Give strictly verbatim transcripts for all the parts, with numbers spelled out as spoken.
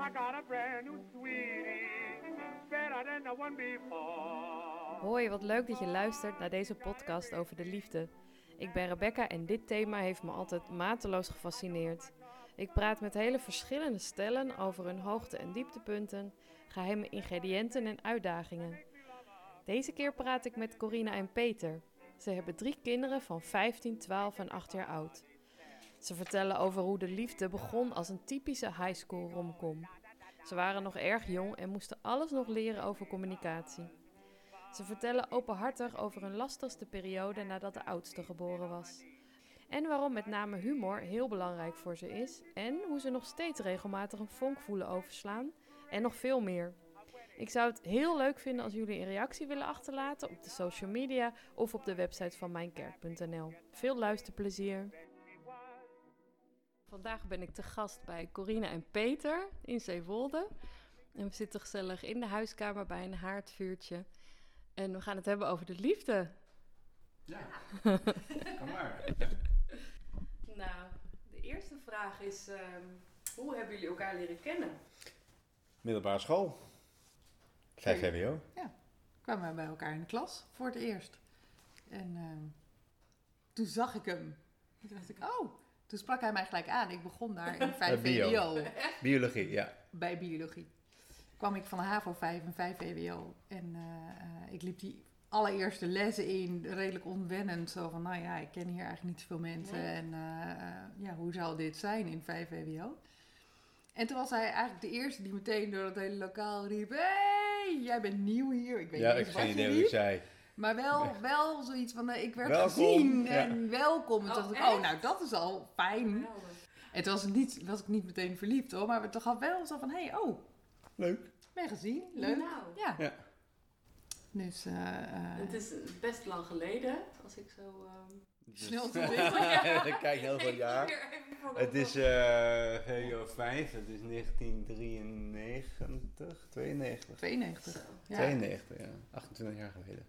I got a brand new sweetie, better than the one before. Hoi, wat leuk dat je luistert naar deze podcast over de liefde. Ik ben Rebecca en dit thema heeft me altijd mateloos gefascineerd. Ik praat met hele verschillende stellen over hun hoogte- en dieptepunten, geheime ingrediënten en uitdagingen. Deze keer praat ik met Corina en Peter. Ze hebben drie kinderen van vijftien, twaalf en acht jaar oud. Ze vertellen over hoe de liefde begon als een typische high school romcom. Ze waren nog erg jong en moesten alles nog leren over communicatie. Ze vertellen openhartig over hun lastigste periode nadat de oudste geboren was. En waarom met name humor heel belangrijk voor ze is. En hoe ze nog steeds regelmatig een vonk voelen overslaan. En nog veel meer. Ik zou het heel leuk vinden als jullie een reactie willen achterlaten op de social media of op de website van mijnkerk punt n l. Veel luisterplezier. Vandaag ben ik te gast bij Corina en Peter in Zeewolde. En we zitten gezellig in de huiskamer bij een haardvuurtje. En we gaan het hebben over de liefde. Ja, kom maar. Nou, de eerste vraag is, um, hoe hebben jullie elkaar leren kennen? Middelbare school. vijf V W O. Ja, kwamen we bij elkaar in de klas voor het eerst. En uh, toen zag ik hem. En toen dacht ik, oh, toen sprak hij mij gelijk aan. Ik begon daar in vijf V W O. Biologie, ja. Bij biologie. Kwam ik van de HAVO vijf en vijf V W O. En uh, uh, ik liep die allereerste lessen in, redelijk onwennend. Zo van, nou ja, ik ken hier eigenlijk niet zoveel mensen. Nee. En uh, uh, ja, hoe zou dit zijn in vijf V W O? En toen was hij eigenlijk de eerste die meteen door het hele lokaal riep... Hey, jij bent nieuw hier. Ik weet ja, niet eens wat geen je idee wat riep. ik zei. Maar wel, wel zoiets van, uh, ik werd welkom, gezien ja. en welkom. En toen Oh, dacht ik, oh, nou dat is al fijn. Ja. En toen was, het niet, was ik niet meteen verliefd hoor. Maar het gaf wel zo van, hey, oh. Leuk. Ben gezien, leuk. Nou. Ja. ja. Dus, uh, uh, het is best lang geleden, als ik zo... Um... Snel te weten. Kijk, heel veel jaar. Het is uh, V W O vijf, het is negentien drieënnegentig, tweeënnegentig. tweeënnegentig. Ja. tweeënnegentig, ja. achtentwintig jaar geleden.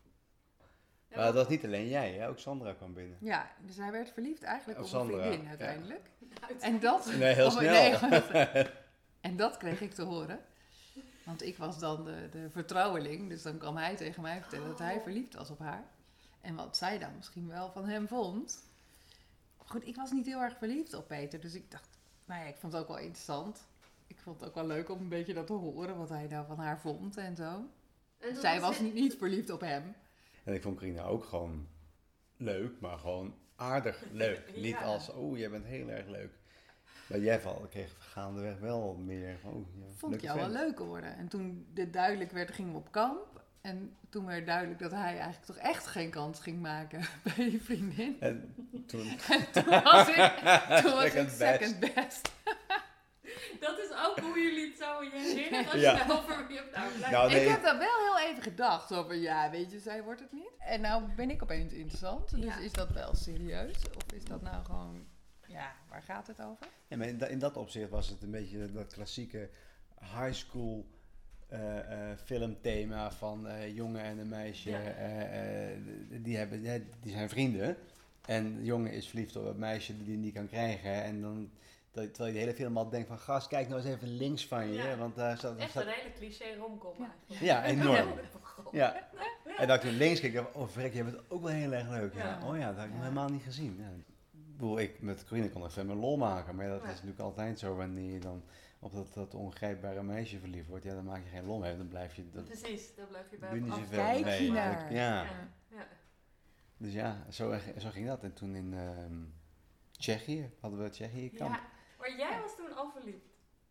Ja, maar dat was niet alleen jij, hè? Ook Sandra kwam binnen. Ja, dus hij werd verliefd eigenlijk of op een vriendin ja. uiteindelijk. Ja. En dat... Nee, heel oh, snel. Nee, en dat kreeg ik te horen. Want ik was dan de, de vertrouweling, dus dan kwam hij tegen mij vertellen dat hij verliefd was op haar. En wat zij dan misschien wel van hem vond. Goed, ik was niet heel erg verliefd op Peter, dus ik dacht, nou ja, ik vond het ook wel interessant. Ik vond het ook wel leuk om een beetje dat te horen, wat hij nou van haar vond en zo. En zij was niet, niet verliefd op hem. En ik vond Corina ook gewoon leuk, maar gewoon aardig leuk. ja. Niet als, oh, jij bent heel erg leuk. Maar jij kreeg gaandeweg wel meer. Oh, ja, vond ik jou vent. Wel leuker worden. En toen dit duidelijk werd, gingen we op kamp. En toen werd duidelijk dat hij eigenlijk toch echt geen kans ging maken bij die vriendin. En toen, en toen was ik, toen was second, ik second best. best. Dat is ook hoe jullie het zo je herinneren als ja. je daarover wie op nou blijft. Nou, nee. Ik heb dat wel heel even gedacht. Zo van, ja, weet je, zij wordt het niet. En nou ben ik opeens interessant. Dus ja. Is dat wel serieus? Of is dat nou gewoon... Ja, waar gaat het over? Ja, maar in, da- in dat opzicht was het een beetje dat klassieke high school uh, uh, filmthema van uh, jongen en een meisje. Ja. Uh, uh, die, hebben, ja, die zijn vrienden. En de jongen is verliefd op het meisje die hij niet kan krijgen. En dan, dat, terwijl je de hele film al denkt van, gast, kijk nou eens even links van je. Ja. Want daar staat, daar echt staat... een hele cliché romcom ja. eigenlijk. Ja, enorm. Ja. En dat ik toen links keek, dacht oh vrek, je bent ook wel heel erg leuk. Ja. Ja. Oh ja, dat had ik ja. nog helemaal niet gezien. Ja. Ik bedoel, ik met Corine kon even mijn lol maken, maar dat ja. is natuurlijk altijd zo wanneer je dan op dat, dat ongrijpbare meisje verliefd wordt. Ja, dan maak je geen lol mee, dan blijf je... Dat, precies, dan blijf je bij hem af. Kijk je naar. Ja. Ja. Ja. Dus ja, zo, zo ging dat. En toen in uh, Tsjechië, hadden we Tsjechië kamp. Ja, maar jij was toen al verliefd.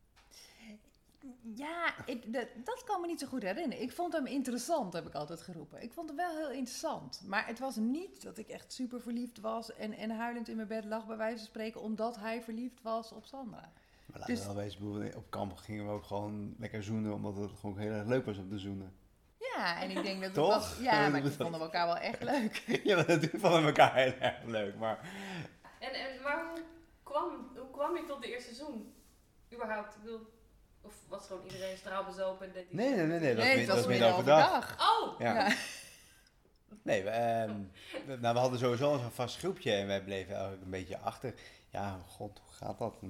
Ja, ik, dat, dat kan me niet zo goed herinneren. Ik vond hem interessant, heb ik altijd geroepen. Ik vond hem wel heel interessant. Maar het was niet dat ik echt super verliefd was en, en huilend in mijn bed lag, bij wijze van spreken, omdat hij verliefd was op Sandra. Maar laten we dus, wel wezen, op kamp gingen we ook gewoon lekker zoenen, omdat het gewoon heel erg leuk was om te zoenen. Ja, en ik denk dat het Toch? was... Ja, maar we vonden we elkaar wel echt leuk. Ja, maar natuurlijk vonden we elkaar heel erg leuk, maar... En, en maar hoe kwam, hoe kwam je tot de eerste zoen? Überhaupt, ik bedoel... Of was gewoon iedereen straalbezopen? En nee, nee, nee, nee, dat nee, was midden overdag. Oh! Ja. Ja. Nee, we, um, we, nou, we hadden sowieso zo'n vast groepje en wij bleven eigenlijk een beetje achter. Ja, god, hoe gaat dat? En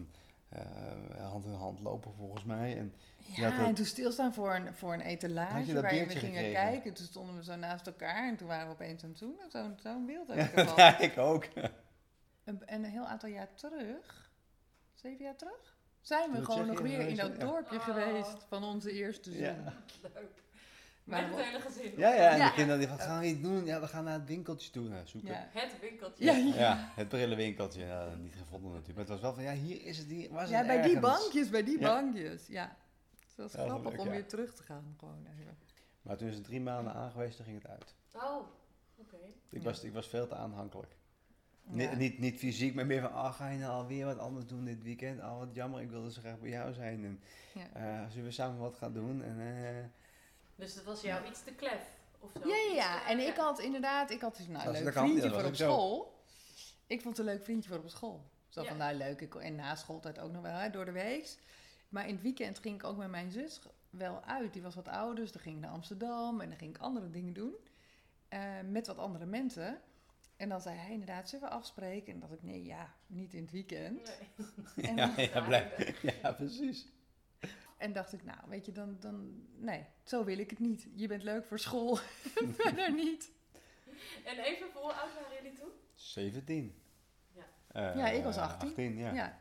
uh, hand in hand lopen volgens mij. En ja, dat, en toen stilstaan voor een, voor een etalage dat waar je we beeldje gingen gekregen? kijken. Toen stonden we zo naast elkaar en toen waren we opeens aan het zoenen. Zo'n zo'n beeld heb ik ervan. ja, ik ook. En, en een heel aantal jaar terug, zeven jaar terug, zijn we Wat gewoon zeg nog je? weer in Ja. dat dorpje Oh. geweest van onze eerste zoen. Ja. Leuk. Maar Met we- het hele gezin. Ja, ja, en Ja. de kinderen die, wat gaan we hier doen? Ja, we gaan naar het winkeltje toe nou, zoeken. Ja. Het winkeltje. Ja, ja. Ja, het brillenwinkeltje. Ja, niet gevonden natuurlijk. Maar het was wel van, ja, hier is het, hier was Ja, het bij die ergens. bankjes, bij die Ja. bankjes. Ja, het was Ja, dat was grappig leuk, om ja. weer terug te gaan. Gewoon even. Maar toen is het drie maanden aangewezen, toen ging het uit. Oh, oké. Ik, Ja. was, ik was veel te aanhankelijk. Ja. Ni- niet, niet fysiek, maar meer van, oh, ga je nou alweer wat anders doen dit weekend? Oh, wat jammer, ik wilde zo graag bij jou zijn. En Ja. eh, zullen we samen wat gaan doen? En, eh, Dus het was jou iets te klef? Of zo? Ja, ja, Iets ja. te- En ik had inderdaad, ik had dus nou, Dat een is- leuk dat kan, vriendje ja, dat voor was op ook zo. school. Ik vond het een leuk vriendje voor op school. Zo Ja. van, nou leuk. Ik, en na schooltijd ook nog wel, hè, door de week. Maar in het weekend ging ik ook met mijn zus wel uit. Die was wat ouder, dus dan ging ik naar Amsterdam en dan ging ik andere dingen doen. eh, met wat andere mensen. En dan zei hij inderdaad, zullen we afspreken? En dacht ik, nee, ja, niet in het weekend. Nee. En, ja, dan, ja, blijf. Ja, precies. en dacht ik, nou, weet je, dan, dan... Nee, zo wil ik het niet. Je bent leuk voor school, verder niet. En even, voor hoe oud waren jullie toen? zeventien. Ja. Eh, Ja, ik was achttien. achttien, ja. Ja.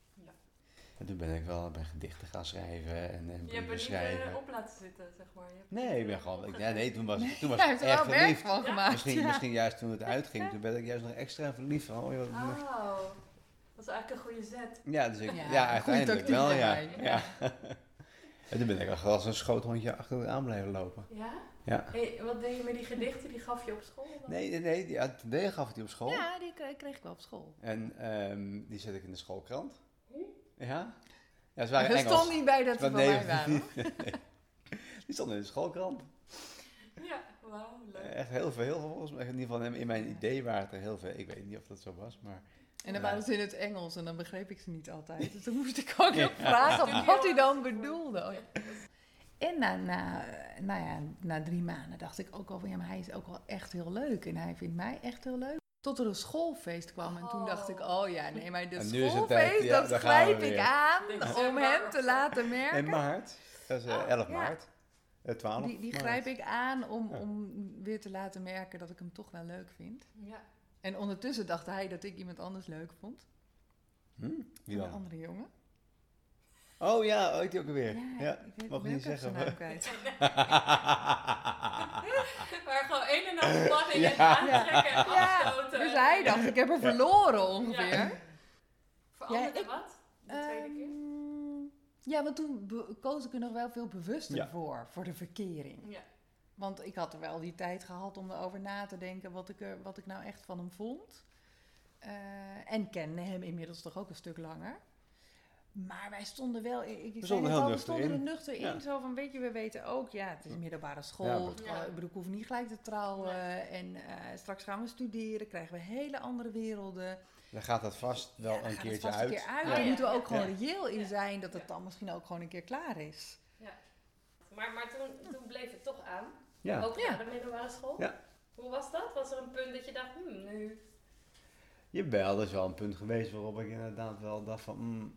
En toen ben ik wel bij gedichten gaan schrijven en, en Je hebt er brieven niet schrijven. eh, op laten zitten, zeg maar. Je hebt Nee, niet, ik ben eh, gewoon... Ik, ja, opgegeven. nee, toen was, toen was Hij ik heeft er echt wel werk verliefd. van gemaakt. Misschien, ja. misschien juist toen het uitging, toen ben ik juist nog extra verliefd. Van, oh, joh, Oh, dat is eigenlijk een goede zet. ja, dus ik, Ja, ja, goede uiteindelijk tactiek wel, ja. daarbij. ja. En toen ben ik al als een schoothondje achter aan blijven lopen. Ja? Ja. Hey, wat deed je met die gedichten? Die gaf je op school dan? Nee, nee, nee, die, ja, die gaf ik die op school. Ja, die kreeg, kreeg ik wel op school. En ehm, die zet ik in de schoolkrant. Hm? Ja. Ja, ze Er waren stond Engels. niet bij dat ze Maar van nee, mij waren. Die stonden in de schoolkrant. Ja, wauw, leuk. Echt heel veel, heel veel volgens mij. In ieder geval in mijn idee waren het er heel veel. Ik weet niet of dat zo was, maar... En dan Ja. waren ze in het Engels en dan begreep ik ze niet altijd. Dus toen moest ik ook Ja. nog vragen Ja. wat hij dan bedoelde. Oh, ja. En na, na, nou ja, na drie maanden dacht ik ook al van ja, maar hij is ook wel echt heel leuk. En hij vindt mij echt heel leuk. Tot er een schoolfeest kwam en toen dacht ik, oh ja, nee, maar dit En nu is het schoolfeest, tijd, ja, dat daar gaan we grijp ik weer. aan December om hem of te zo. laten merken. In maart. Dat is eh, Oh, elf ja. maart. Eh, twaalf Die, die maart. grijp ik aan om, Ja. om weer te laten merken dat ik hem toch wel leuk vind. Ja. En ondertussen dacht hij dat ik iemand anders leuk vond. Hm? Wie Een dan? andere jongen. Oh ja, ooit die ook alweer. Ja, ik weet, mag ben niet ook even zeggen. zijn naam kwijt. Maar gewoon een en al spanning en Ja. aantrekken en Ja, afstoten. dus hij dacht, ik heb er verloren ongeveer. Ja. Veranderde Ja, ik- wat? De tweede keer? Ehm, ja, want toen be- koos ik er nog wel veel bewuster Ja. voor, voor de verkering. Ja. Want ik had er wel die tijd gehad om erover na te denken wat ik, er, wat ik nou echt van hem vond. Eh, en kende hem inmiddels toch ook een stuk langer. Maar wij stonden wel, ik, ik zei stonden net heel al, we nuchter stonden er in. nuchter in. Ja. Zo van, weet je, we weten ook, ja, het is middelbare school. Ja, maar- Het- Ja. Ik bedoel, ik hoef niet gelijk te trouwen. En eh, straks gaan we studeren, krijgen we hele andere werelden. Dan gaat dat vast wel Ja, dan een gaat het keertje vast uit. een keer uit. Ja, Daar ja, moeten we ja. ook gewoon Ja. reëel in Ja. zijn dat het Ja. dan misschien ook gewoon een keer klaar is. Maar, maar toen, toen bleef het toch aan. Ja. Ook Ja. na de middelbare school. Ja. Hoe was dat? Was er een punt dat je dacht, hmm, nu... Jawel, dat is wel een punt geweest waarop ik inderdaad wel dacht van... mm,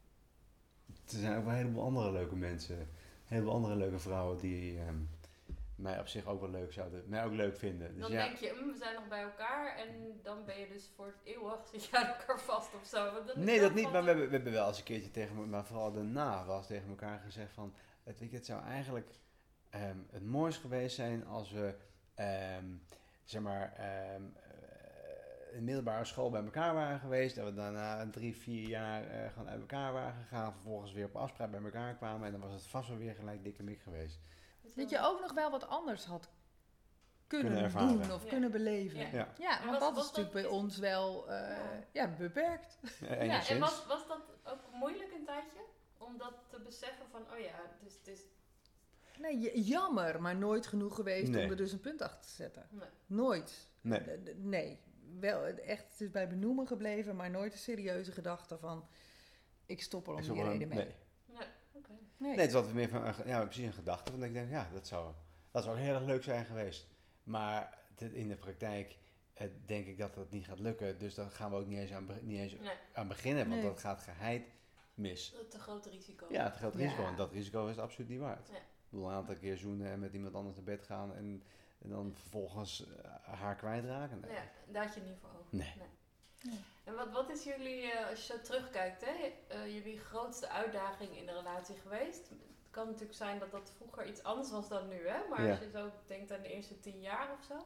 er zijn ook wel een heleboel andere leuke mensen. Een heleboel andere leuke vrouwen die ehm, mij op zich ook wel leuk zouden... Mij ook leuk vinden. Dus Dan ja, denk je, hmm, we zijn nog bij elkaar en dan ben je dus voor het eeuwig, zit je aan elkaar vast of zo. Want dan is nee, dat wel niet. van- Maar we hebben, we hebben wel eens een keertje tegen me, maar vooral daarna was tegen elkaar gezegd van... Het, weet je, het zou eigenlijk ehm, het mooist geweest zijn als we, ehm, zeg maar... ehm, eh, in middelbare school bij elkaar waren geweest. Dat we daarna drie, vier jaar eh, gewoon uit elkaar waren gegaan. Vervolgens weer op afspraak bij elkaar kwamen. En dan was het vast wel weer gelijk dikke mik geweest. Dat je ook nog wel wat anders had kunnen, Kunnen ervaren. doen of Ja. kunnen beleven. Ja. Ja, Ja, En want was- dat was is natuurlijk dat- bij ons wel eh, Ja. ja, beperkt. Eh, Ja, enigszins. en was, was dat ook moeilijk een tijdje? Om dat te beseffen van, oh ja, het is... Het is Nee, j- jammer, maar nooit genoeg geweest Nee. om er dus een punt achter te zetten. nee. Nooit. Nee. D- d- Nee. Wel, het echt, het is bij benoemen gebleven, maar nooit een serieuze gedachte van... Ik stop er om Ik die zou wel- reden mee. nee. Nee, oké. Nee. Nee, het was meer van, een ge- ja, precies een gedachte. Want ik denk, ja, dat zou, dat zou heel erg leuk zijn geweest. Maar dit- in de praktijk eh, denk ik dat dat niet gaat lukken. Dus daar gaan we ook niet eens aan, be- niet eens Nee. aan beginnen. Want Nee. dat gaat geheid mis. Dat te groot risico. Ja, het groot Ja. risico. En dat risico is het absoluut niet waard. Ja. Ik bedoel, een aantal keer zoenen en met iemand anders naar bed gaan en, en dan vervolgens uh, haar kwijtraken. Nee. Ja, daar had je niet voor ogen. Nee. Nee. En wat, wat is jullie, uh, als je zo terugkijkt, hè, uh, jullie grootste uitdaging in de relatie geweest? Het kan natuurlijk zijn dat dat vroeger iets anders was dan nu, hè? Maar Ja. als je zo denkt aan de eerste tien jaar of zo.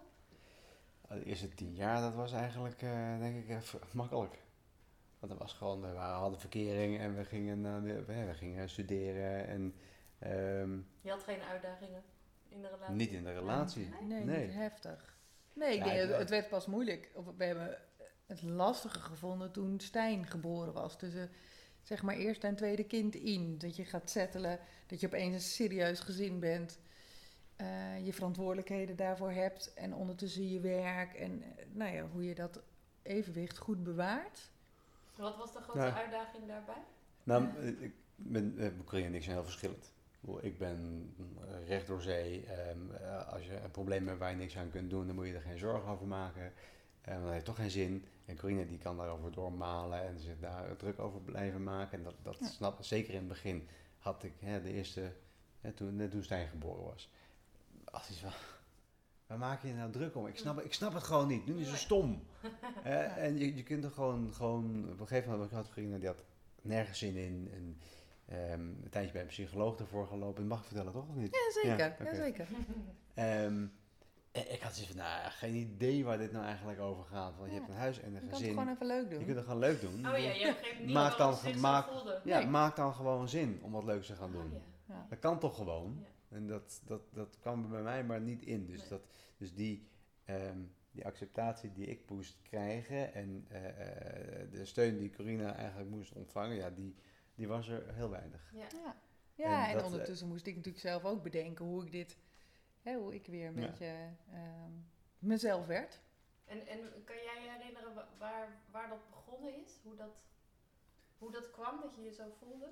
De eerste tien jaar, dat was eigenlijk, uh, denk ik, uh, makkelijk. Want dat was gewoon, we hadden verkering en we gingen, uh, we, we gingen studeren en... Um, Je had geen uitdagingen in de relatie? niet in de relatie. Nee, Nee. niet heftig. Nee, ik Ja, denk, ik wel. het werd pas moeilijk. Of we hebben het lastiger gevonden toen Stijn geboren was. Dus uh, zeg maar eerste en tweede kind in. Dat je gaat settelen, dat je opeens een serieus gezin bent. Uh, je verantwoordelijkheden daarvoor hebt. En ondertussen je werk. En uh, nou ja, hoe je dat evenwicht goed bewaart. Wat was de grootste Ja. uitdaging daarbij? Nou, ik ben, uh, Corinne en ik zijn heel verschillend. Ik ben recht door zee. Um, uh, als je een probleem hebt waar je niks aan kunt doen, dan moet je er geen zorgen over maken. Um, dat heeft toch geen zin. En Corinne die kan daarover doormalen en zich daar druk over blijven maken. En dat, dat Ja. snap zeker in het begin had ik hè, de eerste, hè, toen, net toen Stijn geboren was. Als iets van, waar maak je je nou druk om? Ik snap, ik snap het gewoon niet. Nu is het stom. uh, en je, je kunt er gewoon, gewoon, op een gegeven moment had Corinne, die had nergens zin in. En, Um, een tijdje bij een psycholoog ervoor gelopen. Mag ik vertellen, toch? Of niet? Ja, zeker. Ja, Ja, oké. zeker. Um, en ik had zoiets van, nou, geen idee waar dit nou eigenlijk over gaat. Want je Ja. hebt een huis en een Je kan het gezin. gewoon even leuk doen. Je kunt het gewoon leuk doen. Oh ja, je hebt geen niemand Maak dan, anders zich zo maak, voelde. ja, Nee. maak dan gewoon zin om wat leuks te gaan doen. Oh, ja. Ja. Dat kan toch gewoon? Ja. En dat, dat, dat kwam er bij mij maar niet in. Dus, Nee. dat, dus die, um, die acceptatie die ik moest krijgen en uh, uh, de steun die Corinne eigenlijk moest ontvangen, ja, die, die was er heel weinig. Ja. Ja, ja En en, dat, ondertussen moest ik natuurlijk zelf ook bedenken hoe ik dit, hè, hoe ik weer een Ja. beetje ehm, mezelf werd. En, en kan jij je herinneren wa- waar, waar dat begonnen is? Hoe dat, hoe dat kwam, dat je je zo voelde?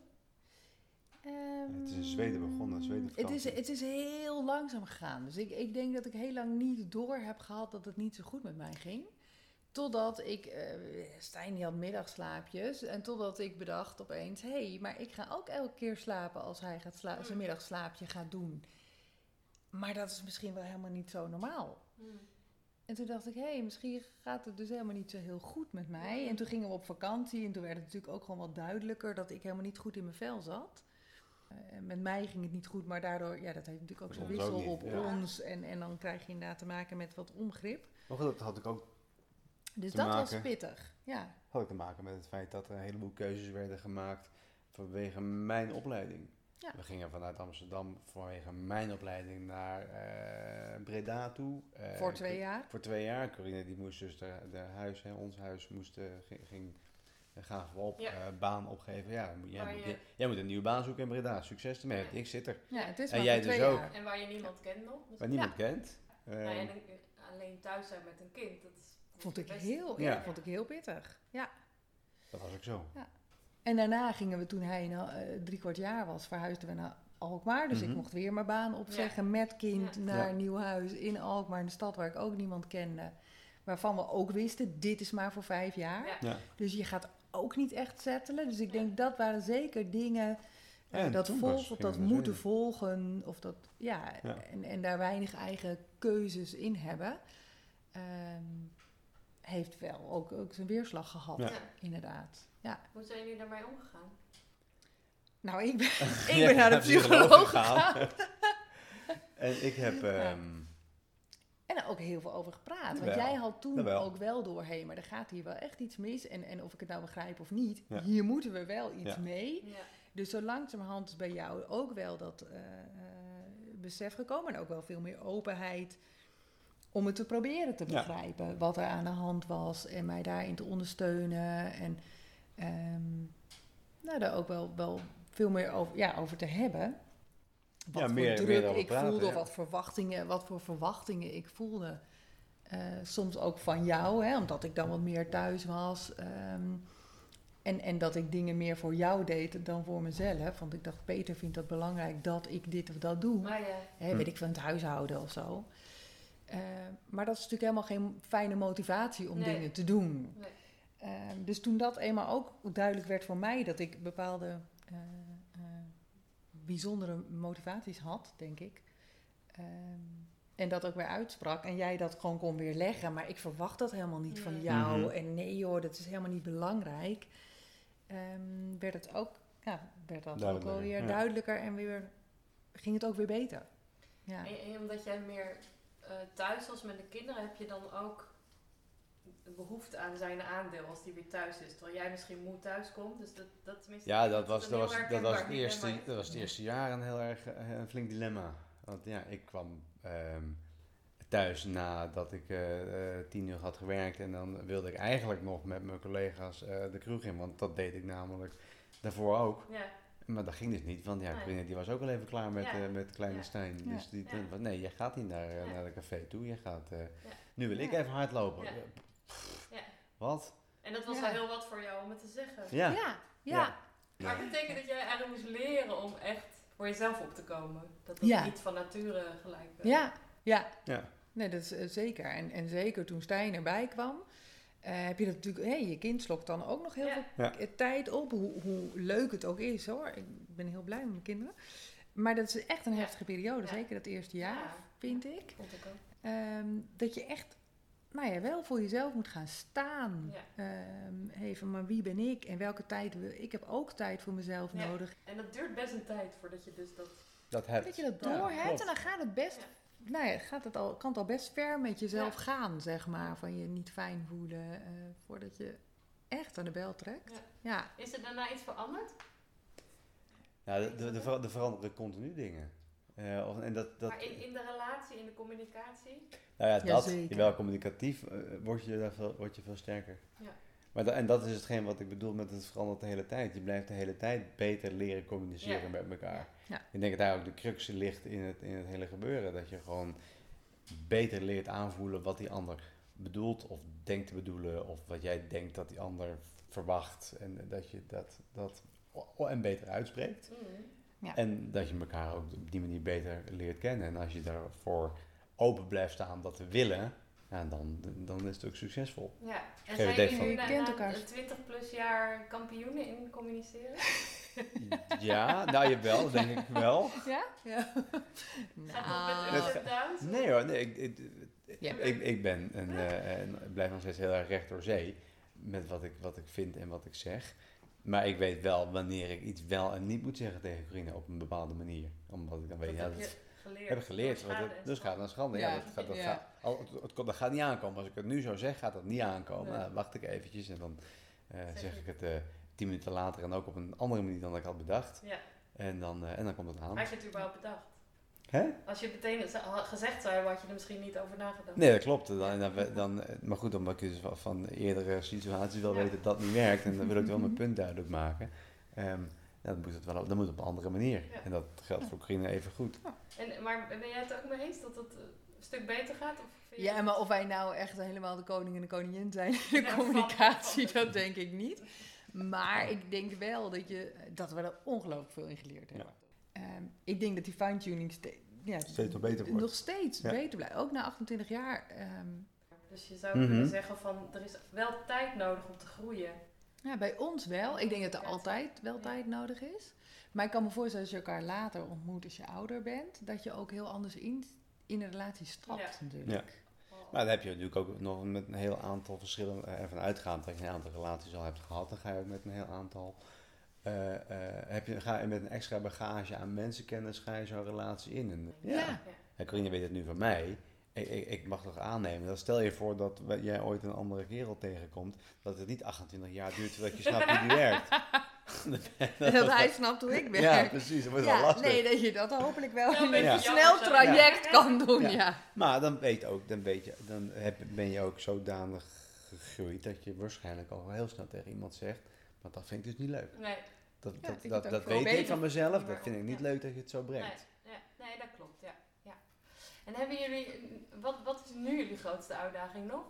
Het is in Zweden begonnen, Zweden Het is, vakantie. het is heel langzaam gegaan. Dus ik, ik denk dat ik heel lang niet door heb gehad dat het niet zo goed met mij ging. Totdat ik, uh, Stijn die had middagslaapjes. En totdat ik bedacht opeens, hé, hey, maar ik ga ook elke keer slapen als hij gaat sla- zijn middagslaapje gaat doen. Maar dat is misschien wel helemaal niet zo normaal. Hmm. En toen dacht ik, hé, hey, misschien gaat het dus helemaal niet zo heel goed met mij. En toen gingen we op vakantie en toen werd het natuurlijk ook gewoon wat duidelijker dat ik helemaal niet goed in mijn vel zat. Uh, met mij ging het niet goed, maar daardoor, ja, dat heeft natuurlijk ook Met zo'n ons wissel ook niet, op ja. ons. En, en dan krijg je inderdaad te maken met wat ongrip. Maar goed, dat had ik ook Dus te dat was maken. pittig, ja. had ik te maken met het feit dat er een heleboel keuzes werden gemaakt vanwege mijn opleiding. Ja. We gingen vanuit Amsterdam vanwege mijn opleiding naar uh, Breda toe. Uh, Voor twee jaar. Voor twee jaar. Corinne die moest dus de, de huis, hè, ons huis, moest, uh, ging, ging gaven we op, Ja. uh, baan opgeven. Ja, dan moet, jij, Waar moet, je- jij, jij moet een nieuwe baan zoeken in Breda. Succes ermee. Ja. Ik zit er. Ja, het is En maar jij voor dus twee ook. jaar. En waar je niemand kent nog? Waar niemand kent. Uh, Nou ja, en dan alleen thuis zijn met een kind, dat is Vond ik best- heel, Ja. ja, vond ik heel pittig, ja. dat was ook zo. En daarna gingen we, toen hij nou, uh, drie kwart jaar was, verhuisden we naar Alkmaar. Dus Mhm. ik mocht weer mijn baan opzeggen met kind Ja. naar Ja. een nieuw huis in Alkmaar, in de stad waar ik ook niemand kende. Waarvan we ook wisten, dit is maar voor vijf jaar. Ja. Ja. Dus je gaat ook niet echt settelen. Dus ik denk, dat waren zeker dingen, uh, Ja, en dat toen volgen, pas of gingen dat we naar moeten Zweden. volgen. Of dat, ja, Ja. En, en daar weinig eigen keuzes in hebben. Ehm, heeft wel ook, ook zijn weerslag gehad, Ja. Ja. inderdaad. Ja. Hoe zijn jullie daarmee omgegaan? Nou, ik ben, ik Ja, ben naar de psycholoog gegaan. En ik heb... Ja. Um, En er ook heel veel over gepraat. Want Wel, jij had toen jawel. ook wel door, hé, hey, maar er gaat hier wel echt iets mis. En, en of ik het nou begrijp of niet, Ja. hier moeten we wel iets Ja. mee. Ja. Dus zo langzamerhand is bij jou ook wel dat uh, uh, besef gekomen. En ook wel veel meer openheid om het te proberen te Ja. begrijpen. Wat er aan de hand was en mij daarin te ondersteunen. En um, nou, daar ook wel, wel veel meer over, ja, over te hebben. Wat Ja, voor meer- druk meer over ik praten, voelde, ja. wat verwachtingen, wat voor verwachtingen ik voelde. Uh, soms ook van jou, hè, omdat ik dan wat meer thuis was. Um, en, en dat ik dingen meer voor jou deed dan voor mezelf. Want ik dacht, Peter vindt het belangrijk dat ik dit of dat doe. Maar ja, Hè, Hm. weet ik van het huishouden of zo. Uh, maar dat is natuurlijk helemaal geen fijne motivatie om Nee. dingen te doen. nee. Um, dus toen dat eenmaal ook duidelijk werd voor mij, dat ik bepaalde uh, uh, bijzondere motivaties had, denk ik. Um, en dat ook weer uitsprak. En jij dat gewoon kon weerleggen. Maar ik verwacht dat helemaal niet van jou. Mm-hmm. En nee hoor, dat is helemaal niet belangrijk. Um, werd het ook, ja, werd dat ook wel weer ja. duidelijker. En weer ging het ook weer beter. Ja. En, en omdat jij meer uh, thuis was met de kinderen, heb je dan ook behoefte aan zijn aandeel als die weer thuis is. Terwijl jij misschien moe thuis komt. Dus dat, dat tenminste. Ja, dat was, dat was, dat was, het, dilemma. eerste, dat was het eerste jaar een heel erg uh, een flink dilemma. Want ja, ik kwam um, thuis nadat ik uh, uh, tien uur had gewerkt. En dan wilde ik eigenlijk nog met mijn collega's uh, de kroeg in. Want dat deed ik namelijk daarvoor ook. Ja. Maar dat ging dus niet, want ja, Nee. Corinne, die was ook al even klaar met, Ja. uh, met kleine Ja. Stijn. Ja. Dus die, Ja. van, nee, jij gaat niet naar, uh, Ja. naar de café toe. Je gaat, uh, Ja. nu wil ik Ja. even hardlopen. Ja. Pff, Ja. Wat? En dat was Ja. wel heel wat voor jou om het te zeggen. Ja. Ja, ja. Ja. Maar het betekent dat jij eigenlijk moest leren om echt voor jezelf op te komen. Dat dat Ja. niet van nature gelijk werd. Ja, ja. Ja. Nee, dat is uh, zeker. En, en zeker toen Stijn erbij kwam, uh, heb je dat natuurlijk, hey, je kind slokt dan ook nog heel Ja. veel Ja. tijd op, hoe, hoe leuk het ook is hoor. Ik ben heel blij met mijn kinderen. Maar dat is echt een Ja. heftige periode, Ja. zeker dat eerste jaar, Ja. vind ik. Vond ik ook. Um, dat je echt, nou ja, wel voor jezelf moet gaan staan. Ja. Um, even, maar wie ben ik en welke tijd wil ik? Ik heb ook tijd voor mezelf Ja. nodig. En dat duurt best een tijd voordat je dus dat... Dat hebt. Dat je dat Ja, door hebt klopt. en dan gaat het best, Ja. nou ja, gaat het al, kan het al best ver met jezelf Ja. gaan, zeg maar. Van je niet fijn voelen, uh, voordat je echt aan de bel trekt. Ja. Ja. Is er daarna iets veranderd? Nou, de, de, de, ver- de veranderen continu dingen. Uh, of, en dat, dat, Maar in, in de relatie, in de communicatie? nou ja, Ja, dat, zeker. wel communicatief, uh, word je daar veel, word je veel sterker. Ja. Maar da- en dat is hetgeen wat ik bedoel met het verandert de hele tijd. Je blijft de hele tijd beter leren communiceren Ja. met elkaar. Ja. Ik denk dat daar ook de crux ligt in het, in het hele gebeuren. Dat je gewoon beter leert aanvoelen wat die ander bedoelt of denkt te bedoelen. Of wat jij denkt dat die ander verwacht. En dat je dat, dat o- en beter uitspreekt. Mm. Ja. En dat je elkaar ook op die manier beter leert kennen. En als je daarvoor open blijft staan dat te willen, ja, dan, dan is het ook succesvol. Ja. En Geef het zijn even jullie van. na, Je kent na elkaar. twintig plus jaar kampioenen in communiceren? Ja, nou jawel, dat denk ik wel. Ja? Ja. Gaat dat met ups Het en downs? Nee hoor, nee, ik, ik, Ja. ik, ik ben een, uh, en blijf nog steeds heel erg recht door zee met wat ik, wat ik vind en wat ik zeg. Maar ik weet wel wanneer ik iets wel en niet moet zeggen tegen Corinne op een bepaalde manier. Omdat ik dan weet, Dat ja, heb dat je geleerd. heb ik geleerd. Door Want schade het, en dus gaat naar schande. Ja, Ja. dat, gaat, dat, Ja. gaat, al, het, het, komt- dat gaat niet aankomen. Als ik het nu zo zeg, gaat dat niet aankomen. Nee. Nou, wacht ik eventjes en dan uh, Zeg zeg je. ik het uh, tien minuten later en ook op een andere manier dan ik had bedacht. Ja. En dan, uh, en dan komt het aan. Had je het überhaupt bedacht? Hè? Als je het meteen z- had gezegd zou hebben, had je er misschien niet over nagedacht. Nee, dat klopt. Dan, dan, dan, maar goed, omdat ik dus van, van eerdere situaties wel Ja. weet dat dat niet werkt. En dan wil ik wel mijn punt duidelijk maken. Um, ja, dan, moet het wel, op- dan moet het op een andere manier. Ja. En dat geldt voor Corinne even goed. En, maar ben jij het ook mee eens dat het uh, een stuk beter gaat? Of vind je Ja, het- maar of wij nou echt helemaal de koning en de koningin zijn in de Ja, communicatie, van- van- dat denk ik niet. Maar ik denk wel dat, je, dat we er ongelooflijk veel in geleerd hebben. Um, ik denk dat die fine-tuning ste- ja, Steeds nog beter wordt. nog steeds Ja. beter blijft. Ook na achtentwintig jaar. Um, Dus je zou Mhm. kunnen zeggen van, er is wel tijd nodig om te groeien. ja, bij ons wel. Ik denk dat er Ja. altijd wel Ja. tijd nodig is. Maar ik kan me voorstellen, als je elkaar later ontmoet als je ouder bent, dat je ook heel anders in, in een relatie stapt Ja. natuurlijk. Ja. Maar dan heb je natuurlijk ook nog met een heel aantal verschillen uh, ervan uitgaand dat je een aantal relaties al hebt gehad. Dan ga je ook met een heel aantal. Uh, uh, heb je, ga je met een extra bagage aan mensenkennis ga je zo'n relatie in. En, ja. Ja. En Corinne weet het nu van mij. Ik, ik, ik mag toch aannemen. Dat stel je voor dat we- jij ooit een andere kerel tegenkomt. Dat het niet achtentwintig jaar duurt voordat je snapt hoe die werkt. En dat hij snapt hoe ik ben. Ja, precies. Dat wordt wel Ja, lastig. nee, dat je dat hopelijk wel Ja, in weet een je, versneld jammer zo. traject Ja. kan doen, Ja. ja. Maar dan, weet ook, dan, weet je, dan heb, ben je ook zodanig gegroeid dat je waarschijnlijk al heel snel tegen iemand zegt. Maar dat vind ik dus niet leuk. Nee, Dat, Ja, dat, ik dat, het dat ook veel weet ik beter. van mezelf. Maar Dat vind ik niet ja. leuk dat je het zo nee, brengt. ja, nee, dat klopt, ja. ja. En hebben jullie, wat, wat is nu jullie grootste uitdaging nog?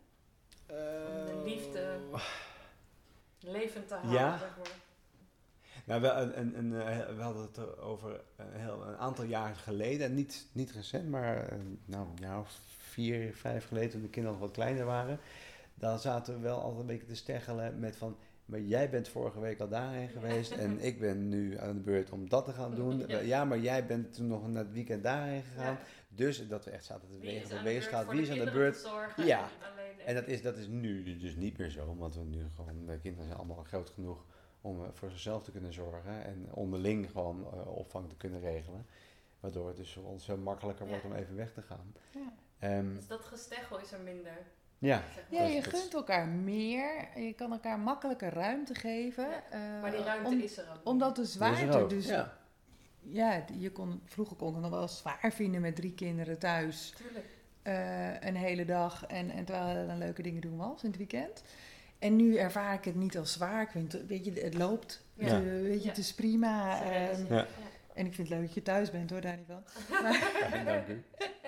Om de liefde levend te houden. Ja. zeg maar. Nou, we, een, een, een, eh, we hadden het er over een, heel, een aantal jaar geleden. Niet, niet recent, maar eh, nou, een jaar of vier, vijf geleden toen de kinderen nog wat kleiner waren. dan zaten we wel altijd een beetje te steggelen met van... Maar jij bent vorige week al daarheen geweest en ik ben nu aan de beurt om dat te gaan doen. Ja. Ja, maar jij bent toen nog naar het weekend daarheen gegaan. Ja. Dus dat we echt zaten te Wie is wegen op aan de de weegschaal. beurt Wie voor is de aan de kinderen beurt? te zorgen Ja. en alleen En dat is, dat is nu dus niet meer zo, omdat we nu gewoon, de kinderen zijn allemaal groot genoeg om uh, voor zichzelf te kunnen zorgen en onderling gewoon uh, opvang te kunnen regelen. Waardoor het dus voor ons veel makkelijker wordt Ja. om even weg te gaan. Ja. Um, Dus dat gesteggel is er minder. ja, Zeg maar. Ja, Dat je is- dat is- gunt elkaar meer. Je kan elkaar makkelijker ruimte geven. Ja, eh, Maar die ruimte om- is er ook. Omdat de dat is zwaarte er ook. dus... Ja. Ja, je kon, vroeger kon ik het nog wel zwaar vinden met drie kinderen thuis. Tuurlijk. eh, een hele dag. En, en terwijl er dan leuke dingen doen was in het weekend. En nu ervaar ik het niet als zwaar. Ik vind, het- weet je, het loopt. Ja. Het, eh, weet je, Ja. het is prima. Serieus, ehm, ja. Ja. En ik vind het leuk dat je thuis bent hoor, daar niet van. Ja, dank u.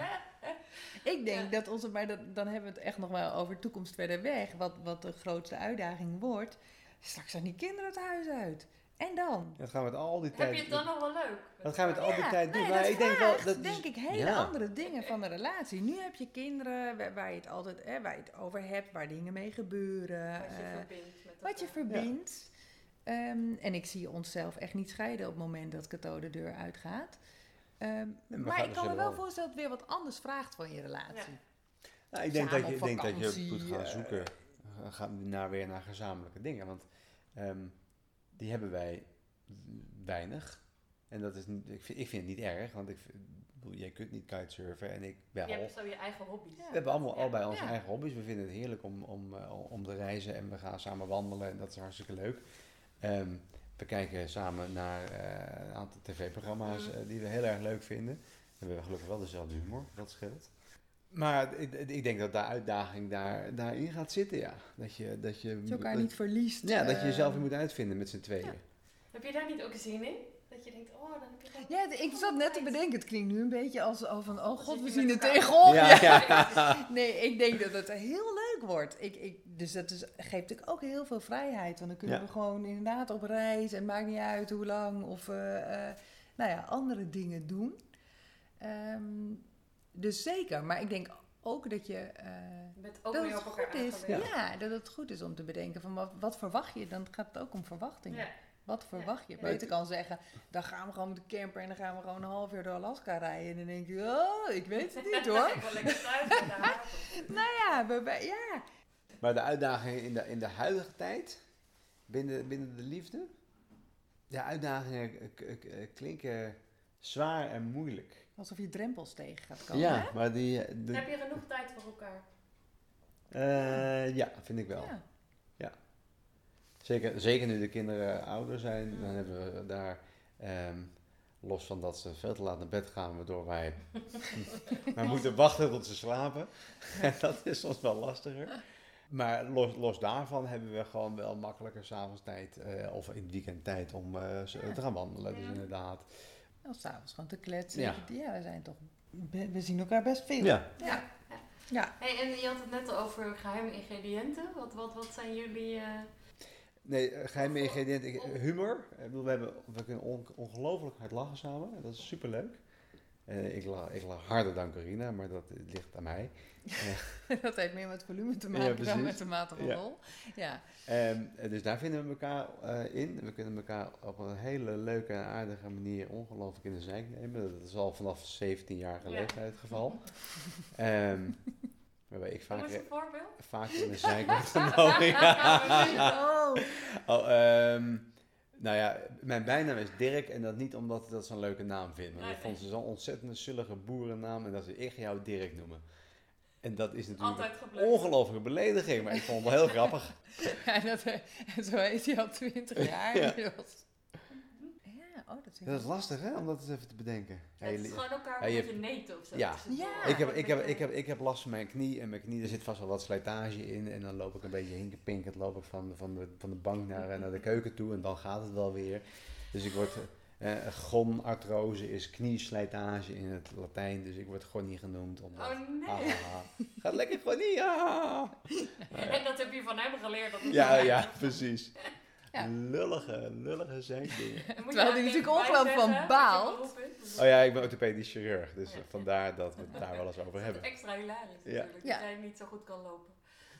Ik denk Ja. dat onze, maar dat, dan hebben we het echt nog wel over toekomst verder weg. Wat, wat de grootste uitdaging wordt. Straks zijn die kinderen het huis uit. En dan? Dat gaan we met al die tijd... Heb je het dan nog wel leuk? Dat gaan we met al die Ja, tijd doen. nee, maar dat ik denk wel... vraagt, Dat denk is- ik, hele ja. andere dingen van de relatie. Nu heb je kinderen waar, waar je het altijd hè, waar je het over hebt, waar dingen mee gebeuren. Wat je eh, verbindt met wat je elkaar. verbindt. Ehm, en ik zie onszelf echt niet scheiden op het moment dat Cato de deur uitgaat. Ehm, we maar gaan ik er kan me zullen wel wel- voorstellen dat het weer wat anders vraagt van je relatie. Nou, ik denk Samen dat je, op ik denk dat je vakantie, moet gaan eh. zoeken uh, gaan naar, weer naar gezamenlijke dingen. Want ehm, die hebben wij weinig. En dat is niet, ik, vind, ik vind het niet erg, want ik vind- ik bedoel, jij kunt niet kitesurfen en ik wel. Je hebt zo je eigen hobby's. Ja. We hebben allemaal Ja. allebei onze Ja. eigen hobby's. We vinden het heerlijk om, om, uh, om te reizen en we gaan samen wandelen en dat is hartstikke leuk. Ehm, we kijken samen naar uh, een aantal tv-programma's Mm. uh, die we heel erg leuk vinden. We hebben gelukkig wel dezelfde humor, dat scheelt. Maar ik, ik denk dat de uitdaging daar, daarin gaat zitten, ja. Dat je, dat je, Dat je elkaar dat- niet verliest. ja, dat je jezelf weer ehm. moet uitvinden met z'n tweeën. Ja. Heb je daar niet ook zin in? Dat je denkt, oh, dan heb je gewoon... Ja, d- ik zat net te bedenken, het klinkt nu een beetje als oh, van, oh god, zit we je zien met het elkaar. tegenop. Ja, ja. Nee, ik denk dat het heel leuk wordt. Ik, ik, dus dat is, geeft natuurlijk ook heel veel vrijheid. Want dan kunnen Ja. we gewoon inderdaad op reis en maakt niet uit hoe lang. Of eh, eh, nou ja, andere dingen doen. Ehm, dus zeker, maar ik denk ook dat je... eh, Met ook dat weer het op elkaar goed is. aangewezen. Ja. dat het goed is om te bedenken van wat, wat verwacht je. Dan gaat het ook om verwachtingen. Ja. Wat verwacht je? Ja. Beter kan zeggen, dan gaan we gewoon met de camper en dan gaan we gewoon een half uur door Alaska rijden. En dan denk je, oh, ik weet het niet hoor. Ik wil lekker thuis met de haven. Nou ja, we, we- ja. Maar de uitdagingen in de, in de huidige tijd, binnen, binnen de liefde, de uitdagingen k- k- klinken zwaar en moeilijk. Alsof je drempels tegen gaat komen. Ja, hè? maar die... eh, de- Heb je genoeg tijd voor elkaar? eh, ja, vind ik wel. Ja. Zeker, zeker nu de kinderen ouder zijn, dan hebben we daar, ehm, los van dat ze veel te laat naar bed gaan, waardoor wij maar moeten wachten tot ze slapen. En dat is soms wel lastiger. Maar los, los daarvan hebben we gewoon wel makkelijker s'avonds tijd, eh, of in het weekend tijd om eh, zo- Ja. te gaan wandelen. Dus Ja. inderdaad. Of s'avonds gewoon te kletsen. Ja. Ja, we zijn toch... be- We zien elkaar best veel. Ja. Ja. Ja. Hey, en je had het net al over geheime ingrediënten. Wat, wat, wat zijn jullie... eh, Nee, eh, geheime ingrediënt, ik- humor. Ik bedoel, we, hebben, we kunnen on- ongelooflijk hard lachen samen. En dat is superleuk. Eh ik, lach, ik lach harder dan Corina, maar dat eh, ligt aan mij. Dat heeft meer met volume te Ja, maken precies. dan met de mate van Ja. rol. Ja. Ehm, eh, dus daar vinden we elkaar eh, in. We kunnen elkaar op een hele leuke en aardige manier ongelooflijk in de zijk nemen. Dat is al vanaf zeventienjarige Ja. leeftijd het geval. Ehm waarbij ik Noem vaak, eens een voorbeeld. vaak in de zijk word genomen. Ja. Oh. Oh, ehm, nou ja, mijn bijnaam is Dirk en dat niet omdat ik dat zo'n leuke naam vind. Maar Nee, ik vond ze zo'n ontzettend zullige boerennaam en dat ze ik ga jou Dirk noemen. En dat is natuurlijk Altijd een gebleven. ongelofelijke belediging, maar ik vond het wel heel grappig. Ja, dat, en zo is hij al twintig jaar Ja. inmiddels. Ja, oh, dat is Dat is lastig hè, om dat eens even te bedenken. Het is Hey, gewoon elkaar Ja, een je beetje neten of zo. Ja. tussendoor. Ja. Ik heb, Een ik, heb, beetje- ik, heb, ik heb last van mijn knie en mijn knie, er zit vast wel wat slijtage in. En dan loop ik een beetje hinkepinkend, loop ik van, van, de, van de bank naar, eh, naar de keuken toe en dan gaat het wel weer. Dus ik word, eh gonartrose is knieslijtage in het Latijn, dus ik word gonnie genoemd. Omdat, Oh nee. ah, ah, ah. Gaat lekker gonnie, ah. En dat heb je van hem geleerd. Dat het Ja, zo ja, werkt. precies. Ja. Lullige, lullige zeikdingen. Dan moet je Terwijl hij eigenlijk natuurlijk even ongelooflijk van bijzeggen baalt. wat je beroep is. Oh ja, ik ben orthopedisch chirurg, dus Ja. vandaar dat we het daar wel eens over Dat is hebben. extra hilarisch Ja. natuurlijk. Ja. Dat jij niet zo goed kan lopen.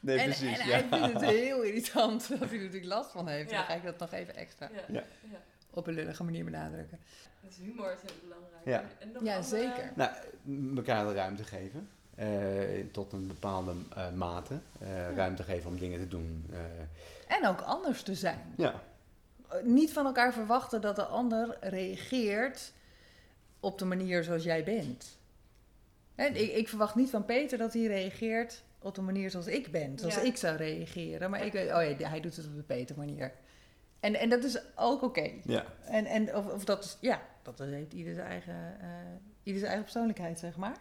Nee, en, precies. en ja. hij vindt het heel irritant dat hij er natuurlijk last van heeft. Ja. Dan ga ik dat nog even extra Ja. Ja. Ja. op een lullige manier benadrukken. Dus humor is heel belangrijk. Ja. En- en nog Ja, andere- zeker. Nou, m- elkaar de ruimte geven. eh, tot een bepaalde eh, mate. Eh, Ruimte geven om dingen te doen. eh, En ook anders te zijn. ja. Uh, Niet van elkaar verwachten dat de ander reageert op de manier zoals jij bent. Hè, ik, ik verwacht niet van Peter dat hij reageert op de manier zoals ik ben. Zoals Ja. ik zou reageren. Maar ik weet, oh ja, hij doet het op de Peter manier. En, en dat is ook oké. Ja. En, en of, of dat is, ja, dat heeft ieder zijn eigen, eh, ieder zijn eigen persoonlijkheid, zeg maar.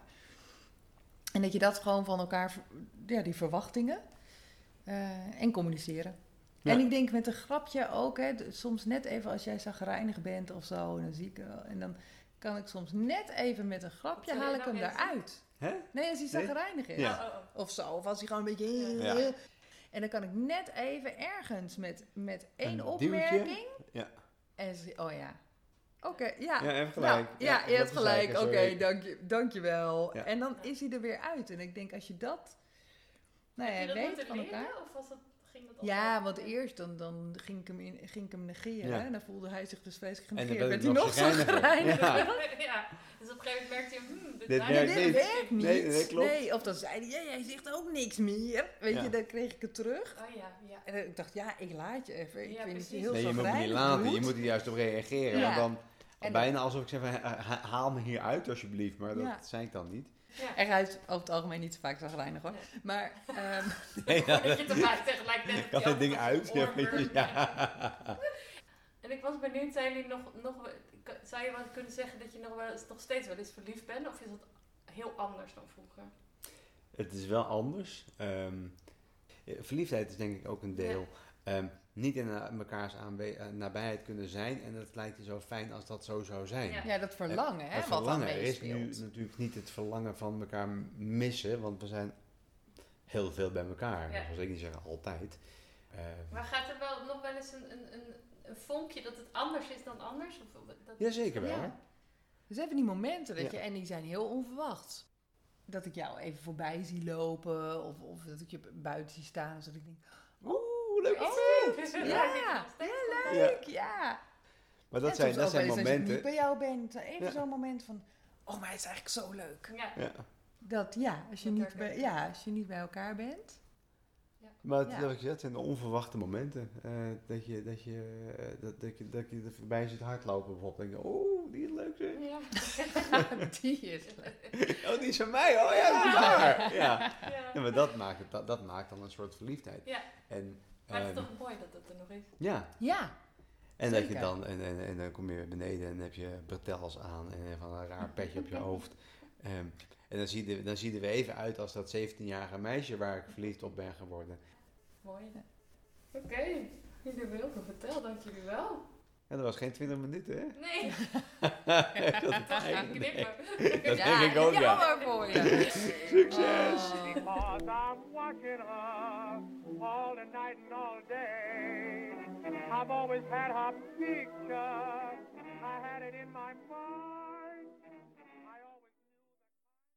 En dat je dat gewoon van elkaar, ver- ja, die verwachtingen eh, en communiceren. Ja. En ik denk met een grapje ook, hè, d- soms net even als jij zagrijnig bent of zo, en dan zie ik wel, en dan kan ik soms net even met een grapje Wat wil haal je ik nou hem even daaruit. Hè? Nee, als hij Nee? zagrijnig is. Ja. Oh, oh, oh. Of zo, of als hij gewoon een beetje... Ja. En dan kan ik net even ergens met, met één Een opmerking... Ja. En ze, oh ja. Oké, ja. Ja, even gelijk. Nou, ja, Ja, je hebt dat gelijk. is Oké, eigenlijk, sorry. dank je, dankjewel. Ja. En dan is hij er weer uit. En ik denk, als je dat... Nou ja, Heb je dat weet moeten van elkaar... leren, of was dat, ging dat Ja, altijd? want eerst dan, dan ging, ik hem in, ging ik hem negeren. Ja. En dan voelde hij zich dus vreselijk En dan genegeerd. werd Werd hij het nog nog zo chagrijniger. grijnig. Ja. Ja, dus op een gegeven moment merkte je, hmm, dit, Dit lijkt- werkt Nee, dit niet. werkt niet. Nee, nee, klopt. Nee, of dan zei hij, ja, jij zegt ook niks meer. Weet Ja. je, dan kreeg ik het terug. Oh ja, ja. En ik dacht, ja, ik laat je even. Ik Ja, vind dat je precies. heel Nee, zo je moet me niet grijnig laten. doet. Je moet er juist op reageren. Ja. En dan En bijna alsof ik zeg, van, ha- ha- haal me hier uit alsjeblieft. Maar dat Ja. zei ik dan niet. Ja. En hij is over het algemeen niet zo vaak zo grijnig hoor. Nee. Maar, ehm, Nee, Dat je erbij tegelijkertijd kan het ding uit. Ja, weet je, ja. En ik was benieuwd, zijn jullie nog, nog, zou je wel kunnen zeggen dat je nog, wel eens, nog steeds wel eens verliefd bent? Of is dat heel anders dan vroeger? Het is wel anders. Ehm, ja, verliefdheid is denk ik ook een deel. Ehm, niet in uh, mekaars aanwe- uh, nabijheid kunnen zijn. En dat lijkt je zo fijn als dat zo zou zijn. Ja. ja, dat verlangen, hè, Het wat dan verlangen is nu meespeelt. natuurlijk niet het verlangen van elkaar missen. Want we zijn heel veel bij elkaar. Ja. Dat wil ik niet zeggen altijd. Ehm, Maar gaat er wel nog wel eens een, een, een, een vonkje dat het anders is dan anders? Of, of dat, Jazeker wel. Ja. Dus even die momenten dat Ja. je, en die zijn heel onverwacht. Dat ik jou even voorbij zie lopen, of, of dat ik je buiten zie staan, zodat ik denk, Oeh, leuk. oh, ja, Ja, ja, Ja. leuk, ja. Maar dat En zijn, soms dat ook zijn wel eens als ik momenten. niet bij jou ben, dan even Ja. zo'n moment van, oh, maar het is eigenlijk zo leuk. Ja. Ja. Dat, ja, als je, Dat niet herken bij, ik. ja, als je niet bij elkaar bent. Maar het, Ja. dat, dat zijn de onverwachte momenten. eh, dat, je, dat, je, eh, dat, dat, je, dat je er voorbij ziet hardlopen bijvoorbeeld. En denk je, oh, die is leuk zeg. Ja. Die is leuk. Oh, die is van mij. Oh ja, dat is waar. Ja. Ja. Ja, maar dat maakt, het, dat, dat maakt dan een soort verliefdheid. Ja. En, Maar het is ehm, toch mooi dat dat er nog is. ja. Ja, En, dat je Zeker. dan, en, en, en dan kom je weer beneden en dan heb je bretels aan en van een raar petje op je hoofd. Ehm, en dan zie, je, dan zie je er weer even uit als dat zeventienjarige meisje waar ik verliefd op ben geworden. Mooi. Oké, jullie hebben heel veel verteld, dank jullie wel. En dat was geen twintig minuten, hè? Nee, dat ik was gaan nee. knippen. Dat ja, denk ik ook, ja. jammer voor je. Succes! Oh. Because I'm watching her all the night and all day. I've always had her picture. I had it in my mind.